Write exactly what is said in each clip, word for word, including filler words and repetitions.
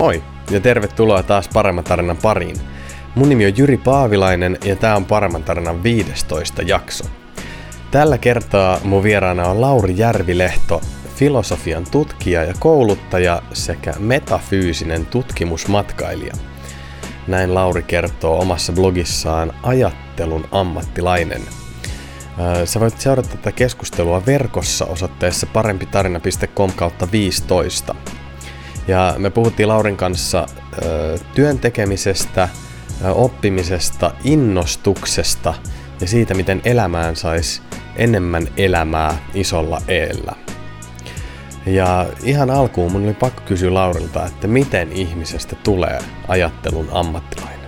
Moi ja tervetuloa taas Paremman tarinan pariin. Mun nimi on Jyri Paavilainen ja tää on Paremman tarinan viidestoista jakso. Tällä kertaa mun vieraana on Lauri Järvilehto, filosofian tutkija ja kouluttaja sekä metafyysinen tutkimusmatkailija. Näin Lauri kertoo omassa blogissaan Ajattelun ammattilainen. Sä voit seurata tätä keskustelua verkossa osoitteessa parempitarina piste com kautta viisitoista. Ja me puhuttiin Laurin kanssa ö, työn tekemisestä, ö, oppimisesta, innostuksesta ja siitä, miten elämään saisi enemmän elämää isolla eellä. Ja ihan alkuun mun oli pakko kysyä Laurilta, että miten ihmisestä tulee ajattelun ammattilainen?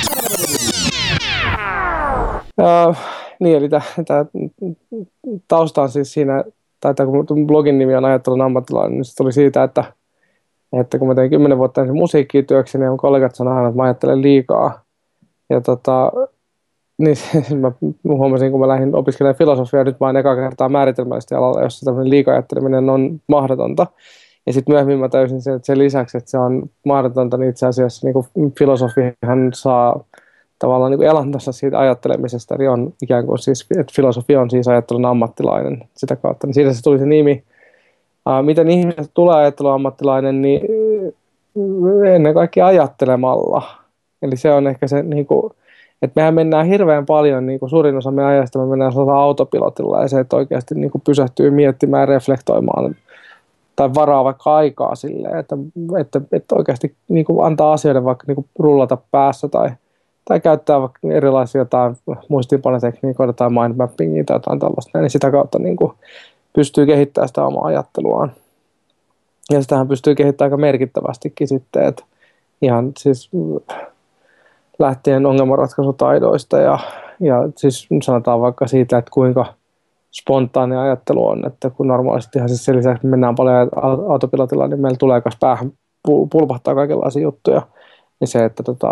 Uh, niin, eli tämä tausta on siis siinä, tai kun blogin nimi on Ajattelun ammattilainen, niin se tuli siitä, että että kun mä tein kymmenen vuotta ensin musiikkia työkseni, ja mun kollegat sanoivat, että mä ajattelen liikaa. Ja tota, niin mä huomasin, kun mä lähdin opiskelemaan filosofiaa, nyt mä oon eka kertaa määritelmällisesti alalla, jossa tämmöinen liika-ajatteleminen on mahdotonta. Ja sitten myöhemmin mä täysin sen, että sen lisäksi, että se on mahdotonta, niin itse asiassa niin filosofiahan saa tavallaan niin elantonsa siitä ajattelemisesta, eli on ikään kuin siis, että filosofia on siis ajattelun ammattilainen sitä kautta. Niin siitä se tuli se nimi. Uh, miten ihmisestä tulee ajattelun ammattilainen, niin ennen kaikkea ajattelemalla. Eli se on ehkä se, niin kuin, että mehän mennään hirveän paljon, niin kuin suurin osa meidän ajasta me mennään sellaisella autopilotilla, ja se, että oikeasti niin kuin pysähtyy miettimään, reflektoimaan, tai varaa vaikka aikaa silleen, että, että, että oikeasti niin kuin antaa asioiden vaikka niin kuin rullata päässä, tai, tai käyttää vaikka erilaisia jotain muistiinpanotekniikoita, tai mindmappingia, tai jotain tällaista, niin sitä kautta niin kuin pystyy kehittämään sitä omaa ajatteluaan. Ja sitähän pystyy kehittämään aika merkittävästikin sitten, että ihan siis lähtien ongelmanratkaisutaidoista ja, ja siis sanotaan vaikka siitä, että kuinka spontaani ajattelu on, että kun normaalisti ihan siis sen lisäksi me mennään paljon autopilotilla, niin meillä tulee myös päähän pulpahtaa kaikenlaisia juttuja. Ja se, että tota,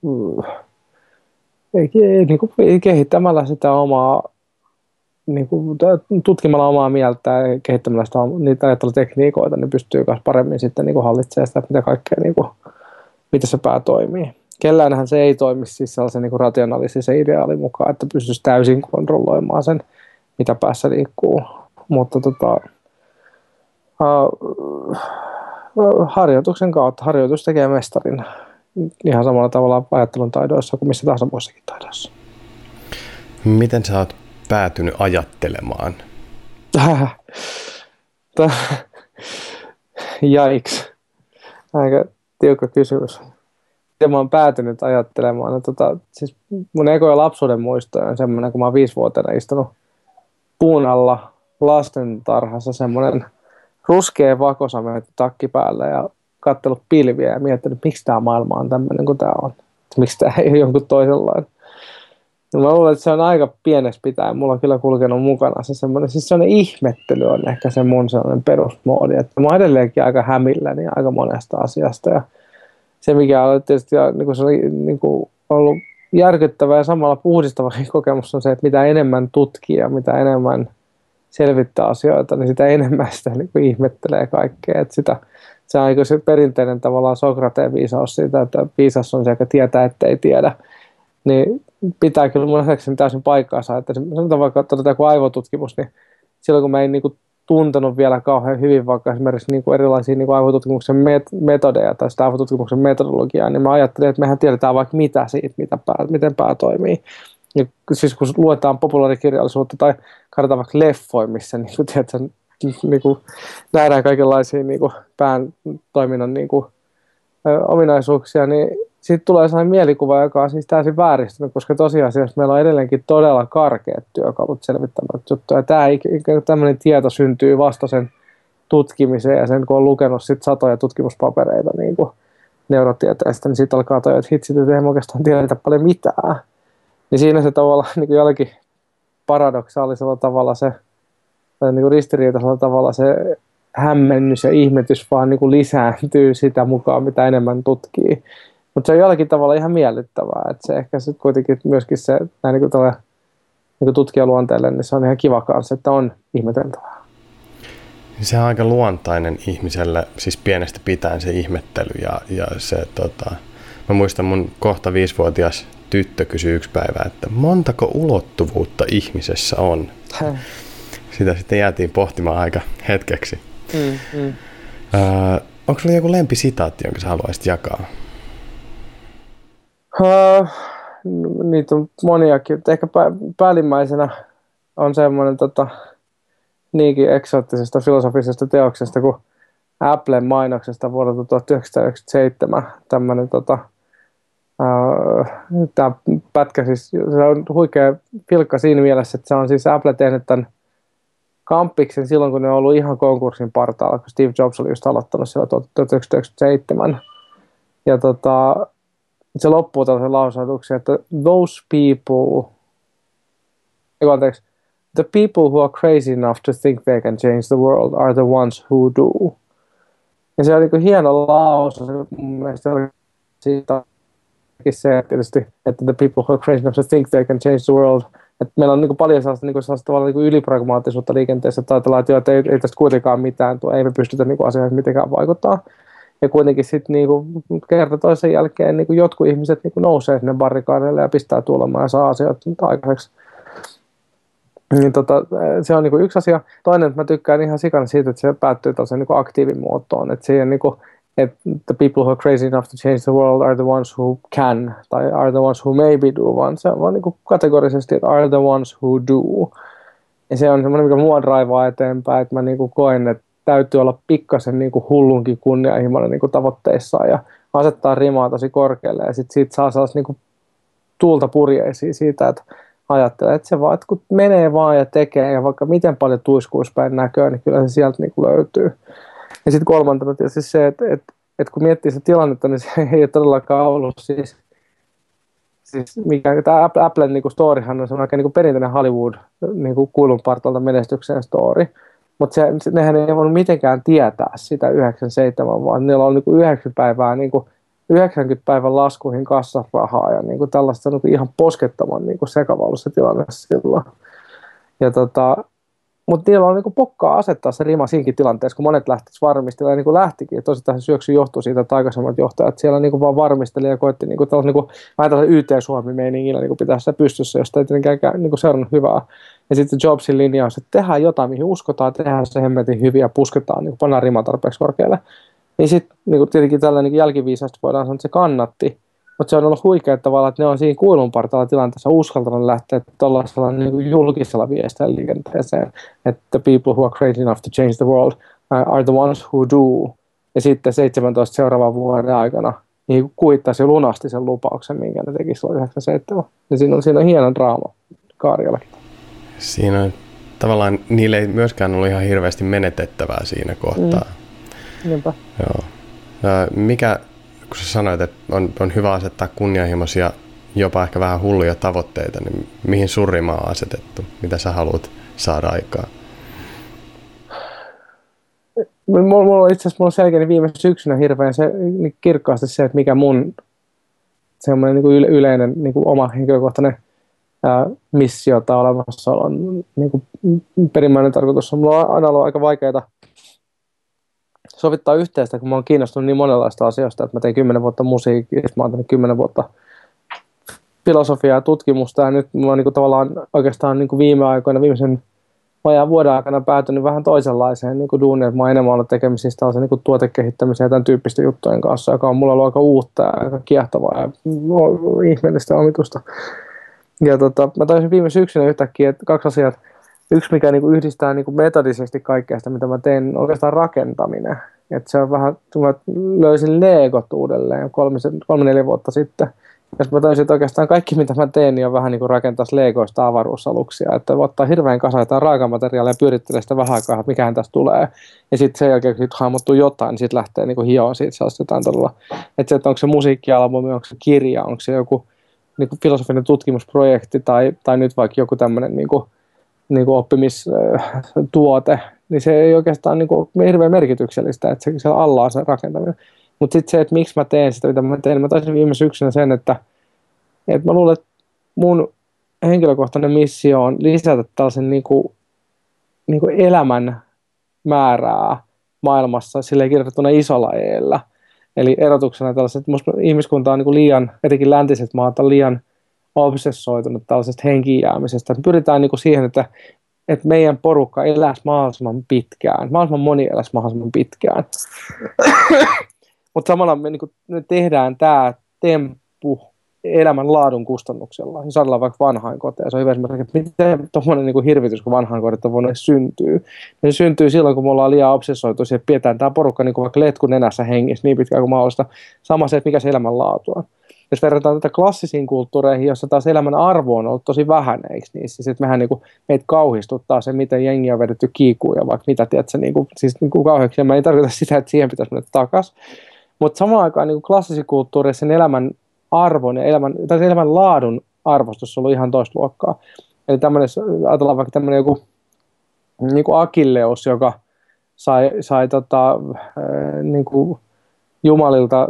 ei, ei, niin kuin, kehittämällä sitä omaa niin kuin, tutkimalla omaa mieltä ja kehittämällä sitä, niitä ajattelutekniikoita, niin pystyy myös paremmin sitten niin kuin hallitsemaan sitä, mitä kaikkea, niin kuin, miten se pää toimii. Kelläänhän se ei toimi siis sellaisen niin kuin rationaalisen ideaalin mukaan, että pystyisi täysin kontrolloimaan sen, mitä päässä liikkuu. Mutta tota, uh, harjoituksen kautta, harjoitus tekee mestarin ihan samalla tavalla ajattelun taidoissa kuin missä tahansa muissakin taidoissa. Miten sä oot päätynyt ajattelemaan? Jaiks. Aika tiukka kysymys. Miten mä oon päätynyt ajattelemaan? No, tota, siis mun ekoja lapsuuden muistoja on semmoinen, kun mä oon viisivuotiaana istunut puun alla lastentarhassa semmoinen ruskea vakosame takki päällä ja katsellut pilviä ja miettinyt, miksi tää maailma on tämmöinen kuin tää on. Miksi tää ei ole jonkun toisenlainen. No mä luulen, että se on aika pieneksi pitäen. Mulla on kyllä kulkenut mukana se semmoinen, siis semmoinen ihmettely on ehkä se mun sellainen perusmoodi. Että mä oon edelleenkin aika hämilläni aika monesta asiasta. Ja se mikä on tietysti niin kuin se oli niin kuin ollut järkyttävä ja samalla puhdistava kokemus on se, että mitä enemmän tutkii ja mitä enemmän selvittää asioita, niin sitä enemmän sitä niin kuin ihmettelee kaikkea. Että sitä, se on niin se perinteinen tavallaan Sokrateen viisaus siitä, että viisas on se, joka tietää, ettei tiedä. Niin pitää kyllä mun nähdäkseni täysin paikkaansa. Että sanotaan vaikka, että otetaan joku aivotutkimus, niin silloin kun mä en niin kuin tuntenut vielä kauhean hyvin vaikka esimerkiksi niin kuin erilaisia niin kuin aivotutkimuksen met- metodeja tai sitä aivotutkimuksen metodologiaa, niin mä ajattelin, että mehän tiedetään vaikka mitä siitä, mitä pää, miten pää toimii. Ja siis kun luetaan populaarikirjallisuutta tai katsotaan vaikka leffoja, missä niin kuin, tiedätkö, niin kuin nähdään kaikenlaisia niin kuin pään toiminnan niin kuin, ö, ominaisuuksia, niin siitä tulee sellainen mielikuva, joka on siis täysin vääristynyt, koska tosiasiassa meillä on edelleenkin todella karkeat työkalut selvittämään juttuja. Tämä tämmöinen tieto syntyy vasta sen tutkimiseen ja sen kun on lukenut sit satoja tutkimuspapereita niin kuin neurotieteestä, niin sitten alkaa toi, että hitsit, että ei oikeastaan tiedetä paljon mitään. Niin siinä se tavallaan niin kuin jollakin paradoksaalisella tavalla se, tai niin kuin ristiriitaisella tavalla se hämmennys ja ihmetys vaan niin kuin lisääntyy sitä mukaan, mitä enemmän tutkii. Mutta se on jollakin tavalla ihan miellyttävää, että se ehkä sitten kuitenkin myöskin se näin niin kuin niin tutkijaluonteelle, niin se on ihan kiva kanssa, että on ihmeteltävää. Se on aika luontainen ihmiselle, siis pienestä pitäen se ihmettely ja, ja se, tota, mä muistan mun kohta viisivuotias tyttö kysyi yksi päivä, että montako ulottuvuutta ihmisessä on? Sitä sitten jäätiin pohtimaan aika hetkeksi. Mm, mm. Öö, onko sulla joku lempisitaatti, jonka sä haluaisit jakaa? Uh, niitä on moniakin. Ehkä päällimmäisenä on semmoinen tota, niinkin eksoottisesta filosofisesta teoksesta kuin Applen mainoksesta vuodelta tuhatyhdeksänsataayhdeksänkymmentäseitsemän. Tämmöinen tota, uh, tämä pätkä siis, se on huikea pilkka siinä mielessä, että se on siis Apple tehnyt tämän kampiksen silloin, kun ne on ollut ihan konkurssin partaalla, kun Steve Jobs oli just aloittanut siellä tuhatyhdeksänsataayhdeksänkymmentäseitsemän. Ja tota, se loppuu tällaisen lausautuksen, että those people, ei anteeksi, the people who are crazy enough to think they can change the world are the ones who do. Ja se on niin kuin hieno lause, mun mielestä oli siitä se tietysti, että the people who are crazy enough to think they can change the world. Että meillä on niin kuin paljon sellaista, niin kuin sellaista tavalla niin kuin ylipragmaattisuutta liikenteessä, että ajatellaan, että, jo, että ei, ei tästä kuitenkaan mitään, tuo, ei me pystytä niin kuin asioihin mitenkään vaikuttaa. Ja kuitenkin sitten niin kuin kerta toisen jälkeen niin kuin jotkut ihmiset niin kuin nousee sinne barrikaadeille ja pistää tuolemaan ja saa asioita aikaiseksi. Niin tota, se on niin kuin yksi asia. Toinen, että mä tykkään ihan sikana siitä, että se päättyy tällaisen niin kuin aktiivimuotoon. Että siihen niin kuin, että the people who are crazy enough to change the world are the ones who can, tai are the ones who maybe do, vaan se on vaan niin kuin kategorisesti, että are the ones who do. Ja se on semmoinen, mikä mua draivaa eteenpäin, että mä niin kuin koen, että täytyy olla pikkasen niin kuin hullunkin kunnianhimoinen niin kuin tavoitteissaan ja asettaa rimaa tosi korkealle ja sitten siitä saa sellaista niin kuin tuulta purjeisiin siitä, että ajattelee, että se vaan, että kun menee vaan ja tekee ja vaikka miten paljon tuiskuuspäin näköä, niin kyllä se sieltä niin kuin löytyy. Ja sitten kolmantena tietysti se, että, että, että kun miettii sitä tilannetta, niin se ei ole todellakaan ollut siis, siis mikä, tämä Applen niin kuin storyhan on semmoinen niin perinteinen Hollywood niin kuin kuilun partalta menestyksen story. Mutta nehän ei voinut mitenkään tietää sitä yhdeksänkymmentäseitsemän, vaan niillä on niin kuin yhdeksänkymmentä päivää, niin kuin yhdeksänkymmentä päivän laskuihin kassarahaa ja niin kuin tällaista niin kuin ihan poskettavan niin kuin sekavallassa tilanne silloin. Ja tota, mutta niillä on niin kuin pokkaa asettaa se rima siinkin tilanteessa, kun monet lähtisivät varmistella ja niin kuin lähtikin. Tosittain se syöksy johtuu siitä, että aikaisemmat johtajat siellä niin kuin vaan varmisteli ja koetti niin kuin tällaisen, niin kuin, vähän tällaisen Y T-Suomi-meiningillä niin kuin pitää sitä pystyssä, josta ei tietenkään niin kuin seurannut hyvää. Ja sitten Jobsin linjaus, että tehdään jotain, mihin uskotaan, tehdään se hemmetin hyvin ja pusketaan, niin kuin pannaan rima tarpeeksi korkealle. Niin sitten niin tietenkin tällainen niin jälkiviisasta voidaan sanoa, että se kannatti. Mutta se on ollut huikea tavalla, että ne on siinä kuilun partaalla tilanteessa uskaltanut lähteä tuollaisella niin julkisella viestillä liikenteeseen, että the people who are crazy enough to change the world are the ones who do. Ja sitten seitsemäntoista seuraavan vuoden aikana niin kuittasi ja lunasti sen lupauksen, minkä ne teki silloin yhdeksänkymmentäseitsemän. Ja siinä on, siinä on hieno draama Kaariallakin. Siinä on tavallaan, niille ei myöskään ollut ihan hirveästi menetettävää siinä kohtaa. Mm. Niinpä. Joo. Mikä, kun sä sanoit, että on, on hyvä asettaa kunnianhimoisia, jopa ehkä vähän hulluja tavoitteita, niin mihin sun rima on asetettu? Mitä sä haluat saada aikaan? Mulla on itse asiassa mulla on selkeä viime syksynä hirveän se, niin kirkkaasti se, että mikä mun semmoinen niin yle, yleinen niin kuin oma henkilökohtainen ää, missio tai olemassaolo on niin kuin perimmäinen tarkoitus. Mulla on aina ollut aika vaikeaa sovittaa yhteistä, kun mä oon kiinnostunut niin monenlaista asioista, että mä tein kymmenen vuotta musiikkia, mä oon tehnyt kymmenen vuotta filosofiaa ja tutkimusta, ja nyt mä oon niin tavallaan oikeastaan niin viime aikoina, viimeisen vajaan vuoden aikana päätynyt vähän toisenlaiseen niin duuniin, että mä oon enemmän ollut tekemisissä tällaisen niin tuotekehittämisen ja tämän tyyppisten juttujen kanssa, joka on mulla ollut aika uutta ja aika kiehtovaa ja ihmeellistä omitusta. Ja tota, mä taisin viime syksynä yhtäkkiä, että kaksi asiaa. Yksi, mikä niinku yhdistää niinku metodisesti kaikkea sitä, mitä mä teen, on oikeastaan rakentaminen. Et se on vähän, mä löysin Legot uudelleen kolme, kolme neljä vuotta sitten. Ja mä taisin, että oikeastaan kaikki, mitä mä teen, niin on vähän niin kuin rakentaisi Legoista avaruusaluksia. Että ottaa hirveän kasa jotain raakamateriaalia ja pyörittelee sitä vähän aikaa, että mikähän tästä tulee. Ja sitten sen jälkeen, kun siitä hahmottuu jotain, niin sitten lähtee niin hioon siitä sellaista jotain todella. Että se, että onko se musiikkialbumi, onko se kirja, onko se joku niin kuin filosofinen tutkimusprojekti tai, tai nyt vaikka joku tämmöinen niin kuin niin kuin oppimistuote, niin se ei oikeastaan niin kuin hirveän merkityksellistä, että se, siellä alla on se rakentaminen. Mutta sitten se, että miksi mä teen sitä, mitä mä teen, mä taisin viime syksynä sen, että, että mä luulen, että mun henkilökohtainen missio on lisätä tällaisen niin kuin, niin kuin elämän määrää maailmassa silleen kirjoitettuna isolla eellä. Eli erotuksena tällaiset, että musta ihmiskunta on niin kuin liian, etenkin läntiset maat on liian obsessoitunut tällaisesta henkiin jäämisestä. Me pyritään niin kuin siihen, että, että meidän porukka eläisi mahdollisimman pitkään, mahdollisimman moni eläisi mahdollisimman pitkään. Mutta samalla me, niin kuin, me tehdään tämä temppu elämän laadun kustannuksella. Jos ajatellaan vaikka vanhainkoteja, se on hyvä esimerkki, että miten tuommoinen niin hirvitys, kun vanhainkodit on voinut syntyy. Se syntyy silloin, kun me ollaan liian obsessoituisia, että pidetään tämä porukka niin kuin vaikka letkun nenässä hengissä niin pitkään kuin mahdollista. Sama se, että mikä se elämän laatu on. Jos verrataan tätä klassisiin kulttuureihin, jossa taas elämän arvo on ollut tosi vähäinen, eikö niissä? Sitten mehän niin kuin, meitä kauhistuttaa se, miten jengi on vedetty kiikuun ja vaikka mitä, tiedätkö, niin kuin, siis niin kuin kauheaksi. Mä en tarkoita sitä, että siihen pitäisi mennä takaisin. Mutta samaan aikaan niin klassisissa kulttuureissa sen elämän arvon ja elämän, tai elämän laadun arvostus on ollut ihan toista luokkaa. Eli tämmöinen, ajatellaan vaikka tämmöinen joku niin kuin Akilleus, joka sai, sai tota, äh, niin kuin Jumalilta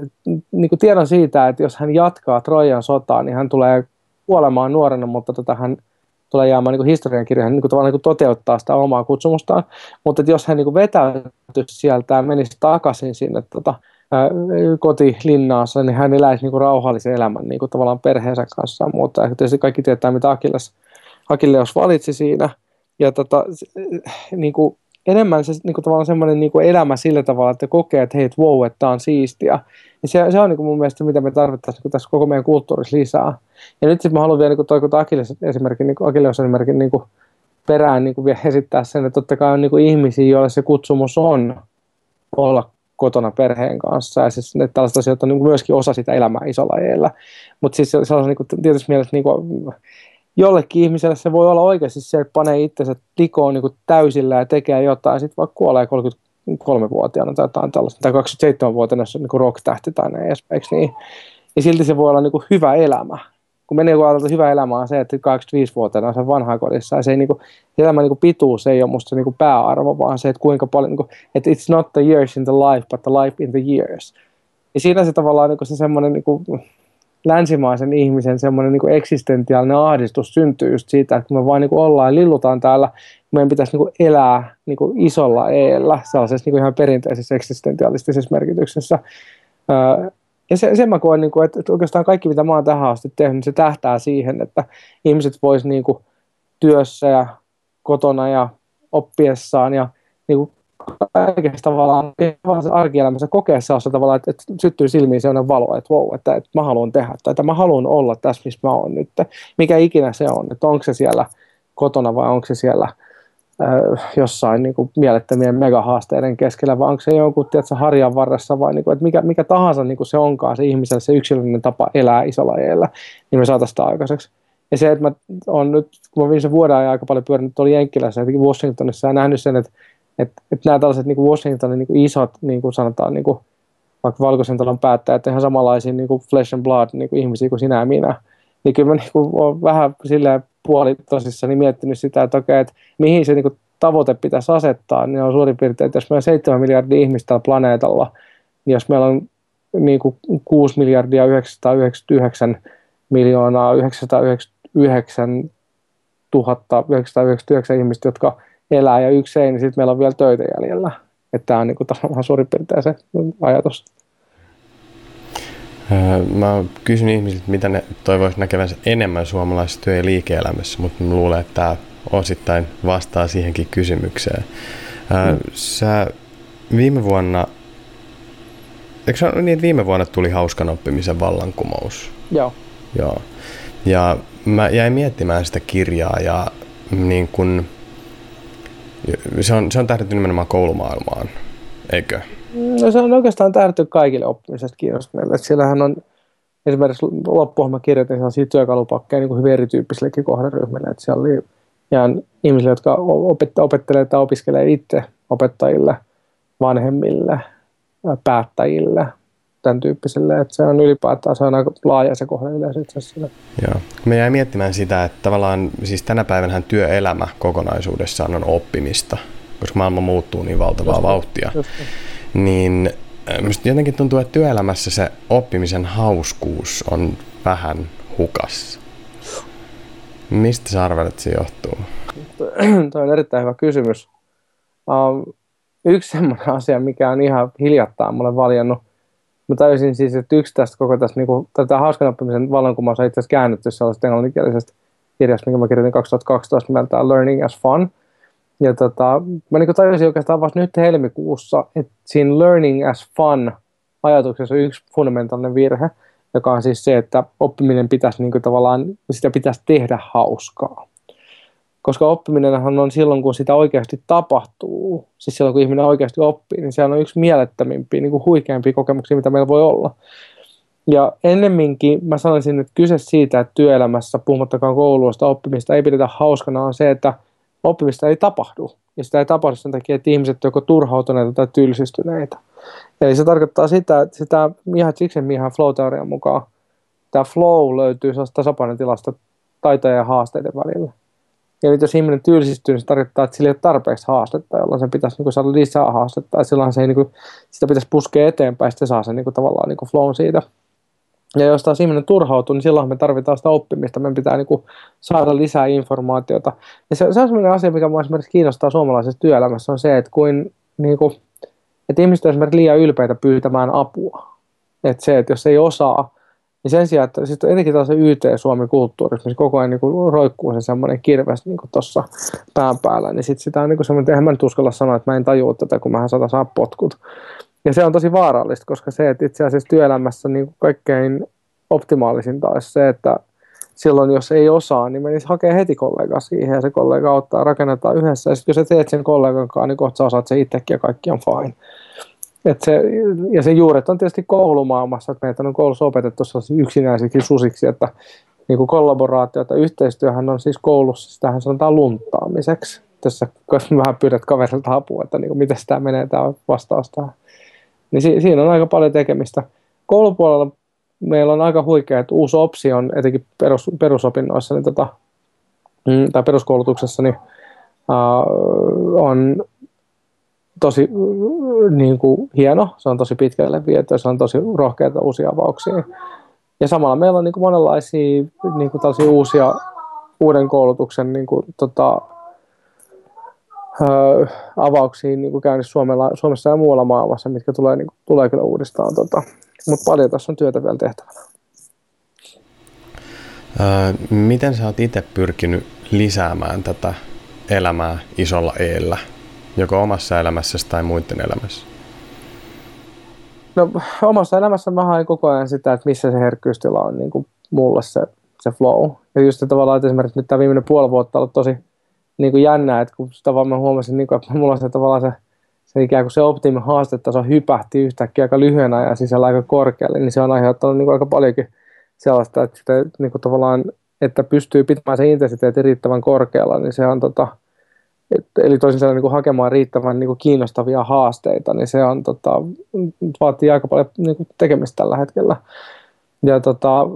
niin kuin tiedon siitä, että jos hän jatkaa Trojan sotaa, niin hän tulee kuolemaan nuorena, mutta tota, hän tulee jäämään niin kuin historiankirjoihin, niin kuin tavallaan niin kuin toteuttaa sitä omaa kutsumustaan. Mutta että jos hän niin kuin vetäytyisi sieltä ja menisi takaisin sinne tota, kotilinnaansa, niin hän eläisi niin kuin rauhallisen elämän niin kuin tavallaan perheensä kanssa ja muuta. Ja tietysti kaikki tietää, mitä Akilles, Akilleus valitsi siinä. Ja tota, niin kuin enemmän se niin kuin tavallaan semmoinen niin kuin elämä sillä tavalla, että kokee, että hei, wow, että tämä on siistiä. Ja se, se on niin kuin mun mielestä, mitä me tarvittaisiin niin tässä koko meidän kulttuurissa lisää. Ja nyt sitten mä haluan vielä niin toi Akilleus esimerkin, niin Akilleus esimerkin niin kuin perään niin kuin vielä esittää sen, että totta kai on niin kuin ihmisiä, joille se kutsumus on olla kotona perheen kanssa. Ja siis että tällaiset asiat on niin kuin myöskin osa sitä elämää isolla eellä. Mutta siis se on niin kuin, tietysti mielessä niin kuin, jollekin ihmiselle se voi olla oikeasti se, että panee itsensä tikoon niin kuin täysillä ja tekee jotain, ja sitten vaikka kuolee kolmekymmentäkolmevuotiaana tai jotain tällaista, tai kaksikymmentäseitsemänvuotiaana, jos on niin kuin rock-tähti tai näin edespäin, niin, ja silti se voi olla niin kuin hyvä elämä. Kun menee joku ajateltu, hyvä elämä on se, että kahdeksankymmentäviisivuotiaana on se vanhainkodissa, ja se ei, niin kuin, elämän niin kuin pituus ei ole musta se niin kuin pääarvo, vaan se, että kuinka paljon, niin kuin, että it's not the years in the life, but the life in the years. Ja siinä se tavallaan niin kuin se semmoinen niin kuin länsimaisen ihmisen semmoinen niin kuin eksistentiaalinen ahdistus syntyy just siitä, että kun me vaan niin kuin ollaan ja lillutaan täällä, meidän pitäisi niin kuin elää niin kuin isolla eellä, sellaisessa niin kuin ihan perinteisessä eksistentialistisessa merkityksessä. Ja se, sen mä koen, niin kuin, että oikeastaan kaikki, mitä mä oon tähän asti tehnyt, niin se tähtää siihen, että ihmiset vois niin kuin työssä ja kotona ja oppiessaan ja niin kuin kaikessa tavallaan arkielämässä kokea sellaista tavalla, että, että syttyy silmiin sellainen valo, että wow, että, että mä haluan tehdä tai että mä haluan olla tässä, missä mä oon nyt. Mikä ikinä se on, että onko se siellä kotona vai onko se siellä äh, jossain niin kuin mielettömien megahaasteiden keskellä vai onko se jonkun tiedätkö, harjan varressa vai niin kuin, että mikä, mikä tahansa niin kuin se onkaan se ihmiselle se yksilöllinen tapa elää isolla eellä, niin me saataisiin sitä aikaiseksi. Ja se, että mä oon nyt, kun mä viimeisen vuoden ajan aika paljon pyörinyt tuolla Jenkkilässä ja Washingtonissa ja nähnyt sen, että Että et nämä tällaiset niin kuin Washingtonin niin kuin isot, niin kuin sanotaan, niin kuin, vaikka Valkoisen talon päättäjät, ihan samanlaisia niin kuin flesh and blood niin kuin ihmisiä kuin sinä ja minä. Niin kyllä mä niin kuin, olen vähän silleen puolitosissani miettinyt sitä, että okei, että mihin se niin kuin, tavoite pitäisi asettaa. Niin on suurin piirtein, että jos meillä on seitsemän miljardia ihmistä tällä planeetalla, niin jos meillä on niin kuin kuusi miljardia yhdeksänsataayhdeksänkymmentäyhdeksän miljoonaa yhdeksänsataayhdeksänkymmentäyhdeksän tuhatta yhdeksänsataayhdeksänkymmentäyhdeksän ihmistä, jotka elää ja yksi ei, niin sitten meillä on vielä töitä jäljellä. Että tämä on niin kuin tavallaan suurin piirtein se ajatus. Mä kysyn ihmisiltä, mitä ne toivoisivat näkevänsä enemmän suomalaisessa työ- ja liike-elämässä, mutta mä luulen, että tämä osittain vastaa siihenkin kysymykseen. Mm. Sä viime vuonna, eikö se niin, että viime vuonna tuli hauskan oppimisen vallankumous? Joo. Joo. Ja mä jäin miettimään sitä kirjaa ja niin kun Se on, se on tähdätty nimenomaan koulumaailmaan, eikö? No se on oikeastaan tähdätty kaikille oppimisesta kiinnostuneille. Siellähän on esimerkiksi loppuun mä kirjoitin sellaisia työkalupakkeja niin kuin hyvin erityyppisillekin kohderyhmille. Että siellä oli ihan ihmisille, jotka opet- opettelee tai opiskelee itse opettajille, vanhemmille, päättäjille, tämän tyyppisille. Että se on ylipäätään se on aika laaja se kohde yleensä itse asiassa. Joo. Me jäin miettimään sitä, että tavallaan siis tänä päivänä työelämä kokonaisuudessaan on oppimista, koska maailma muuttuu niin valtavaa just vauhtia. Just niin minusta jotenkin tuntuu, että työelämässä se oppimisen hauskuus on vähän hukassa. Mistä sä arvelet, että se johtuu? Tuo on erittäin hyvä kysymys. Um, yksi semmoinen asia, mikä on ihan hiljattain mulle valjennut. Mä tajusin siis, että yksi tästä koko tästä, niin kuin, tätä hauskan oppimisen vallankumous on itse asiassa käännetty sellaisesta englanninkielisestä kirjasta, minkä mä kirjoitin kaksituhattakaksitoista nimeltään Learning as Fun. Ja tota, mä niin tajusin oikeastaan vasta nyt helmikuussa, että siinä Learning as Fun ajatuksessa on yksi fundamentaalinen virhe, joka on siis se, että oppiminen pitäisi niin kuin tavallaan, sitä pitäisi tehdä hauskaa. Koska oppiminenhan on silloin, kun sitä oikeasti tapahtuu, siis silloin, kun ihminen oikeasti oppii, niin sehän on yksi mielettömimpiä, niin kuin huikeampia kokemuksia, mitä meillä voi olla. Ja ennemminkin mä sanoisin, että kyse siitä, että työelämässä, puhumattakaan kouluista, oppimista ei pidetä hauskana, on se, että oppimista ei tapahdu. Ja sitä ei tapahdu sen takia, että ihmiset ovat joko turhautuneita tai tylsistyneitä. Eli se tarkoittaa sitä, että sitä Miha Csikszentmihalyin flow-teorian mukaan tämä flow löytyy sellaista tasapainotilasta taitojen ja haasteiden välillä. Eli jos ihminen tylsistyy, niin se tarkoittaa, että sillä ei ole tarpeeksi haastetta, jolloin se pitäisi niin saada lisää haastetta. Ja silloin se ei, niin kuin, sitä pitäisi puskea eteenpäin, sitten se saa sen niin kuin, tavallaan niin kuin flown siitä. Ja jos taas ihminen turhautuu, niin silloin me tarvitaan sitä oppimista. Meidän pitää niin kuin, saada lisää informaatiota. Ja se, se on sellainen asia, mikä minua esimerkiksi kiinnostaa suomalaisessa työelämässä, on se, että, kuin, niin kuin, että ihmiset on esimerkiksi liian ylpeitä pyytämään apua. Että se, että jos ei osaa, niin sen sijaan, että sitten etenkin tällaisen Y T-Suomi-kulttuurissa, missä koko ajan niin kuin roikkuu se semmoinen kirves niin tuossa pään päällä, niin sitten sitä on niin semmoinen, että eihän mä nyt uskalla sanoa, että mä en tajua tätä, kun mähän saatan saa potkut. Ja se on tosi vaarallista, koska se, että itse asiassa työelämässä niin kaikkein optimaalisinta olisi se, että silloin jos ei osaa, niin menisi hakea heti kollegaa siihen ja se kollega auttaa, rakennetaan yhdessä. Ja sitten jos sä teet sen kollegan kanssa, niin kohta sä osaat se itsekin ja kaikki on fine. Et se, ja se juuret on tietysti koulumaailmassa, että meitä on koulussa opetettu yksinäisiksi susiksi, että niin kuin kollaboraatiota, yhteistyöhän on siis koulussa, sitähän sanotaan lunttaamiseksi. Tässä vähän pyydät kaverilta apua, että niin kuin miten tämä menee, tämä vastaus tähän. Niin si, siinä on aika paljon tekemistä. Koulupuolella meillä on aika huikea, että uusi opsio on etenkin perus, perusopinnoissa niin tota, tai peruskoulutuksessa niin, uh, on tosi niin kuin, hieno, se on tosi pitkälle viety, se on tosi rohkeita uusia avauksia. Ja samalla meillä on niin kuin, monenlaisia niin kuin, tällaisia uusia uuden koulutuksen niin kuin, tota, ö, avauksia niin kuin käynnissä Suomella, Suomessa ja muualla maailmassa, mitkä tulee, niin kuin, tulee kyllä uudestaan. Tota. Mutta paljon tässä on työtä vielä tehtävänä. Öö, miten sä oot itse pyrkinyt lisäämään tätä elämää isolla eellä? Joko omassa elämässäsi tai muiden elämässä? No omassa elämässä mä haen koko ajan sitä, että missä se herkkyystila on niin kuin mulle se, se flow. Ja just se tavallaan, että esimerkiksi nyt tämä viimeinen puoli vuotta on ollut tosi niin kuin jännää, että kun sitä vaan mä huomasin, niin kuin, että mulla on se tavallaan se, se ikään kuin se optimin haastetaso hypähti yhtäkkiä aika lyhyen ajan sisällä aika korkealle, niin se on aiheuttanut niin kuin aika paljonkin sellaista, että, sitä, niin kuin tavallaan, että pystyy pitämään se intensiteetti riittävän korkealla, niin se on tota, Et, eli toisin sanoen niin hakemaan riittävän niin kuin kiinnostavia haasteita, niin se on, tota, vaatii aika paljon niin kuin tekemistä tällä hetkellä. Ja, tota,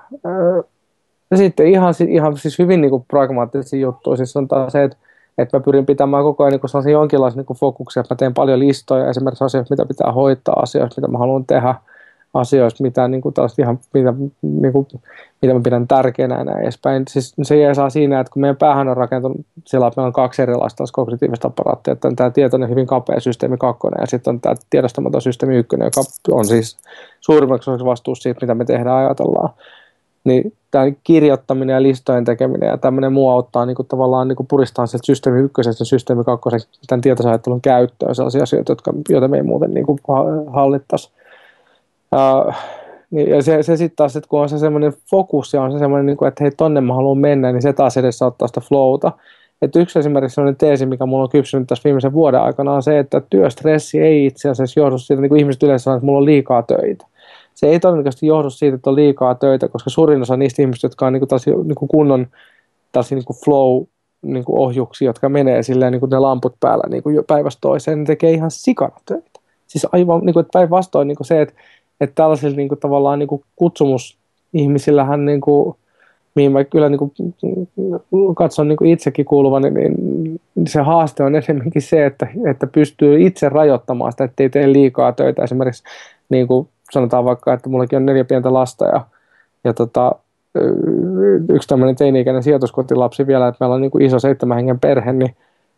ja sitten ihan, ihan siis hyvin niin kuin pragmaattisia juttuja, siis on taas se, että, että mä pyrin pitämään koko ajan niin kuin sellaisia jonkinlaisia niin kuin fokuksia, että mä teen paljon listoja esimerkiksi asioista, mitä pitää hoitaa, asioista, mitä mä haluan tehdä, asioista, mitä, niin kuin ihan, mitä, niin kuin, mitä mä pidän tärkeänä ja näin edespäin. Siis se jää saa siinä, että kun meidän päähän on rakentunut sillä, että meillä on kaksi erilaista kognitiivista apparaattia, että on tämä tietoinen hyvin kapea systeemi kakkonen ja sitten on tämä tiedostamaton systeemi ykkönen, joka on siis suurimmaksi osaksi vastuussa siitä, mitä me tehdään ja ajatellaan. Niin tämä kirjoittaminen ja listojen tekeminen ja tämmöinen muu auttaa niin kuin, tavallaan niin kuin puristaa sieltä systeemi ykkösestä ja systeemi kakkoseksi tämän tietoisajattelun käyttöön sellaisia asioita, jotka, joita me ei muuten niin kuin hallittaisi. Uh, ja se, se sitten taas, että kun on se semmoinen fokus ja on se semmoinen, niin kuin, että hei tonne mä haluan mennä, niin se taas edessä ottaa sitä flowta. Että yksi esimerkiksi sellainen teesi, mikä mulla on kypsynyt tässä viimeisen vuoden aikana on se, että työstressi ei itse asiassa johdu siitä, niin kuin ihmiset yleensä sanoo, että mulla on liikaa töitä. Se ei todennäköisesti johdu siitä, että on liikaa töitä, koska suurin osa niistä ihmistä, jotka on niin kuin taas, niin kuin kunnon niin kuin flow niin kuin ohjuksia, jotka menee silleen niin kuin ne lamput päällä niin kuin päivästä toiseen, niin tekee ihan sikana töitä. Siis aivan niin kuin, että päinvastoin niin kuin se, että Että tällaisilla niin kuin, tavallaan niin kuin kutsumusihmisillähän, niin kuin, mihin mä kyllä niin kuin, katson niin kuin itsekin kuuluvani, niin se haaste on enemmänkin se, että, että pystyy itse rajoittamaan sitä, ettei tee liikaa töitä. Esimerkiksi niin kuin sanotaan vaikka, että mullakin on neljä pientä lasta ja, ja tota, yksi tämmöinen teini-ikäinen sijoituskotilapsi vielä, että meillä on niin kuin iso seitsemän hengen perhe, niin